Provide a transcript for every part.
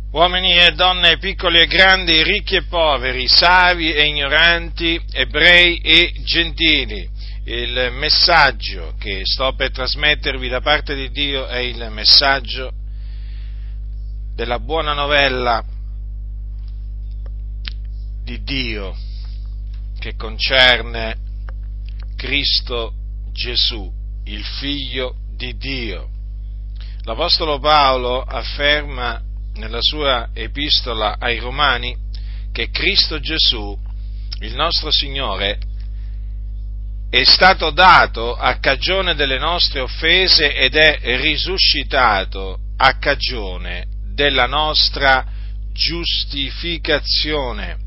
Uomini e donne, piccoli e grandi, ricchi e poveri, savi e ignoranti, ebrei e gentili. Il messaggio che sto per trasmettervi da parte di Dio è il messaggio della buona novella di Dio che concerne Cristo Gesù, il Figlio di Dio. L'Apostolo Paolo afferma nella sua epistola ai Romani che Cristo Gesù, il nostro Signore, è stato dato a cagione delle nostre offese ed è risuscitato a cagione della nostra giustificazione.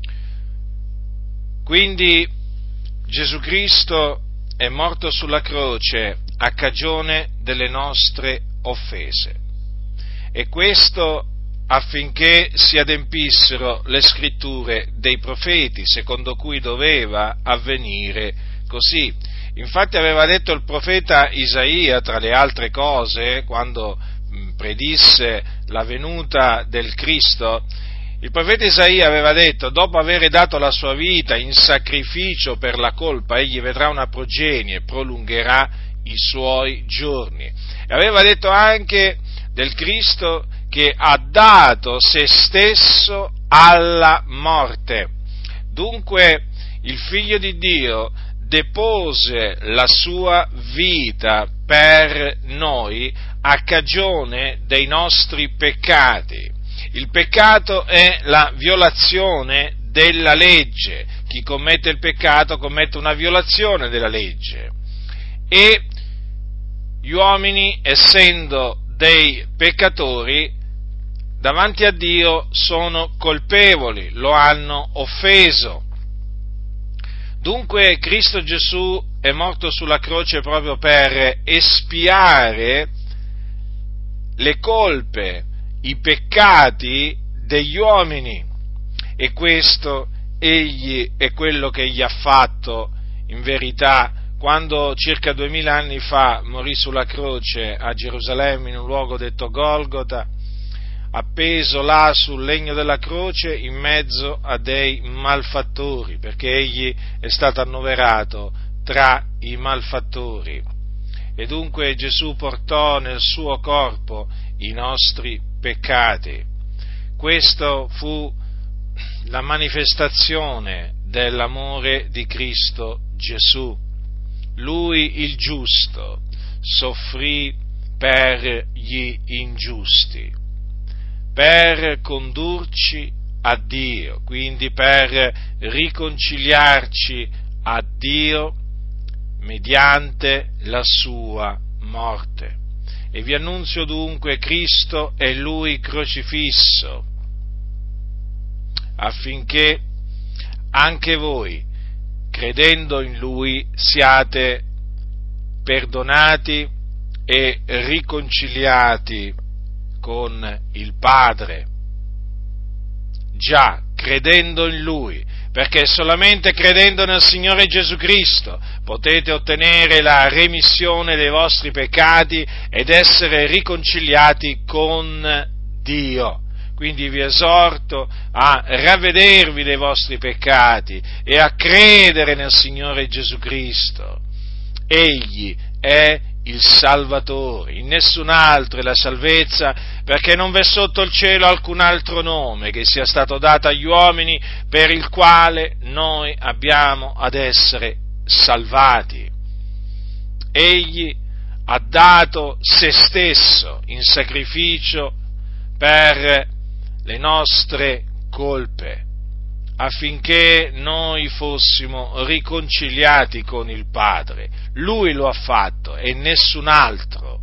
Quindi Gesù Cristo è morto sulla croce a cagione delle nostre offese. E questo affinché si adempissero le scritture dei profeti, secondo cui doveva avvenire così. Infatti aveva detto il profeta Isaia, tra le altre cose, quando predisse la venuta del Cristo, il profeta Isaia aveva detto: dopo aver dato la sua vita in sacrificio per la colpa, egli vedrà una progenie e prolungherà i suoi giorni. E aveva detto anche del Cristo che ha dato se stesso alla morte. Dunque il Figlio di Dio depose la sua vita per noi a cagione dei nostri peccati. Il peccato è la violazione della legge. Chi commette il peccato commette una violazione della legge. E gli uomini, essendo dei peccatori, davanti a Dio sono colpevoli, lo hanno offeso. Dunque Cristo Gesù è morto sulla croce proprio per espiare le colpe, i peccati degli uomini, e questo egli è quello che egli ha fatto in verità quando circa 2000 anni fa morì sulla croce a Gerusalemme in un luogo detto Golgota, appeso là sul legno della croce in mezzo a dei malfattori, perché egli è stato annoverato tra i malfattori. E dunque Gesù portò nel suo corpo i nostri peccati. Questo fu la manifestazione dell'amore di Cristo Gesù. Lui, il giusto, soffrì per gli ingiusti, per condurci a Dio, quindi per riconciliarci a Dio mediante la sua morte. E vi annunzio dunque Cristo e Lui crocifisso, affinché anche voi, credendo in Lui, siate perdonati e riconciliati con il Padre. Già, credendo in Lui, perché solamente credendo nel Signore Gesù Cristo potete ottenere la remissione dei vostri peccati ed essere riconciliati con Dio. Quindi vi esorto a ravvedervi dei vostri peccati e a credere nel Signore Gesù Cristo. Egli è il Salvatore, in nessun altro è la salvezza, perché non v'è sotto il cielo alcun altro nome che sia stato dato agli uomini per il quale noi abbiamo ad essere salvati. Egli ha dato se stesso in sacrificio per le nostre colpe, affinché noi fossimo riconciliati con il Padre. Lui lo ha fatto e nessun altro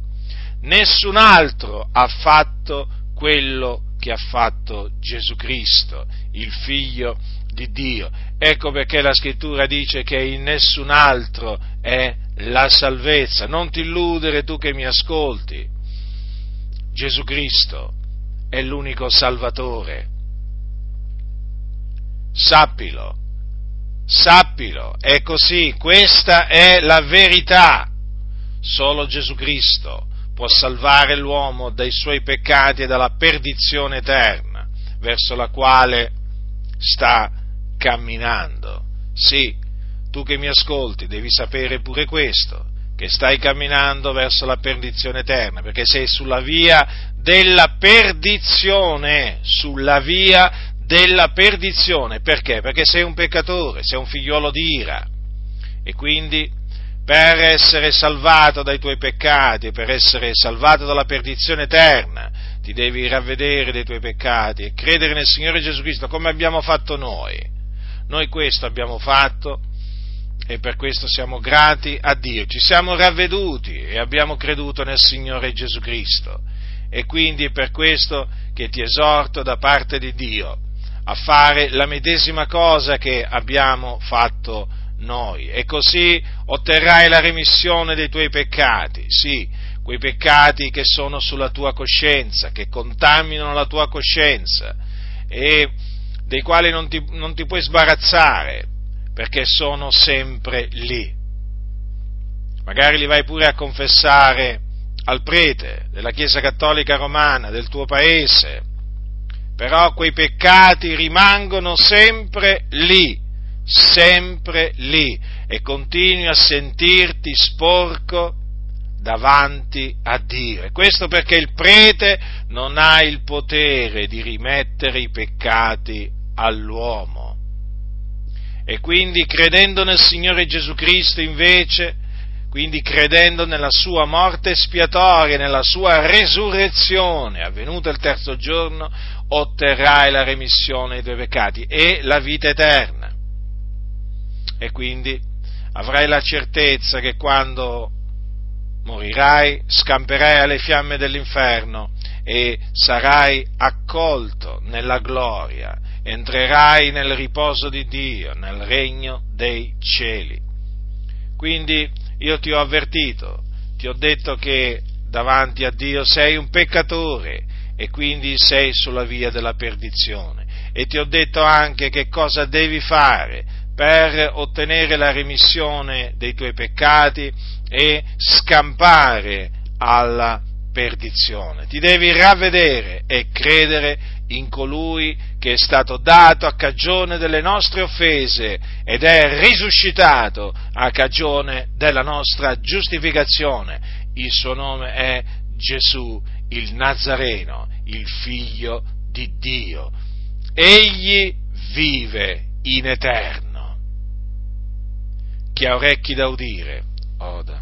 ha fatto quello che ha fatto Gesù Cristo, il Figlio di Dio. Ecco perché la Scrittura dice che in nessun altro è la salvezza. Non ti illudere, tu che mi ascolti. Gesù Cristo è l'unico Salvatore. Sappilo, è così, questa è la verità. Solo Gesù Cristo può salvare l'uomo dai suoi peccati e dalla perdizione eterna verso la quale sta camminando. Sì, tu che mi ascolti devi sapere pure questo, che stai camminando verso la perdizione eterna, perché sei sulla via della perdizione, perché? Perché sei un peccatore, sei un figliuolo di ira, e quindi per essere salvato dai tuoi peccati, per essere salvato dalla perdizione eterna, ti devi ravvedere dei tuoi peccati e credere nel Signore Gesù Cristo come abbiamo fatto noi. Noi questo abbiamo fatto e per questo siamo grati a Dio. Ci siamo ravveduti e abbiamo creduto nel Signore Gesù Cristo. E quindi è per questo che ti esorto da parte di Dio a fare la medesima cosa che abbiamo fatto noi, e così otterrai la remissione dei tuoi peccati, sì, quei peccati che sono sulla tua coscienza, che contaminano la tua coscienza e dei quali non ti puoi sbarazzare, perché sono sempre lì. Magari li vai pure a confessare al prete della Chiesa Cattolica Romana del tuo paese, però quei peccati rimangono sempre lì, e continui a sentirti sporco davanti a Dio. E questo perché il prete non ha il potere di rimettere i peccati all'uomo. E quindi credendo nel Signore Gesù Cristo invece, quindi credendo nella sua morte espiatoria, nella sua resurrezione, avvenuta il terzo giorno, otterrai la remissione dei tuoi peccati e la vita eterna. E quindi avrai la certezza che quando morirai scamperai alle fiamme dell'inferno e sarai accolto nella gloria, entrerai nel riposo di Dio, nel regno dei cieli. Quindi io ti ho avvertito, ti ho detto che davanti a Dio sei un peccatore e quindi sei sulla via della perdizione, e ti ho detto anche che cosa devi fare per ottenere la remissione dei tuoi peccati e scampare alla perdizione. Ti devi ravvedere e credere in colui che è stato dato a cagione delle nostre offese ed è risuscitato a cagione della nostra giustificazione. Il suo nome è Gesù il Nazareno, il Figlio di Dio. Egli vive in eterno. Chi ha orecchi da udire, oda.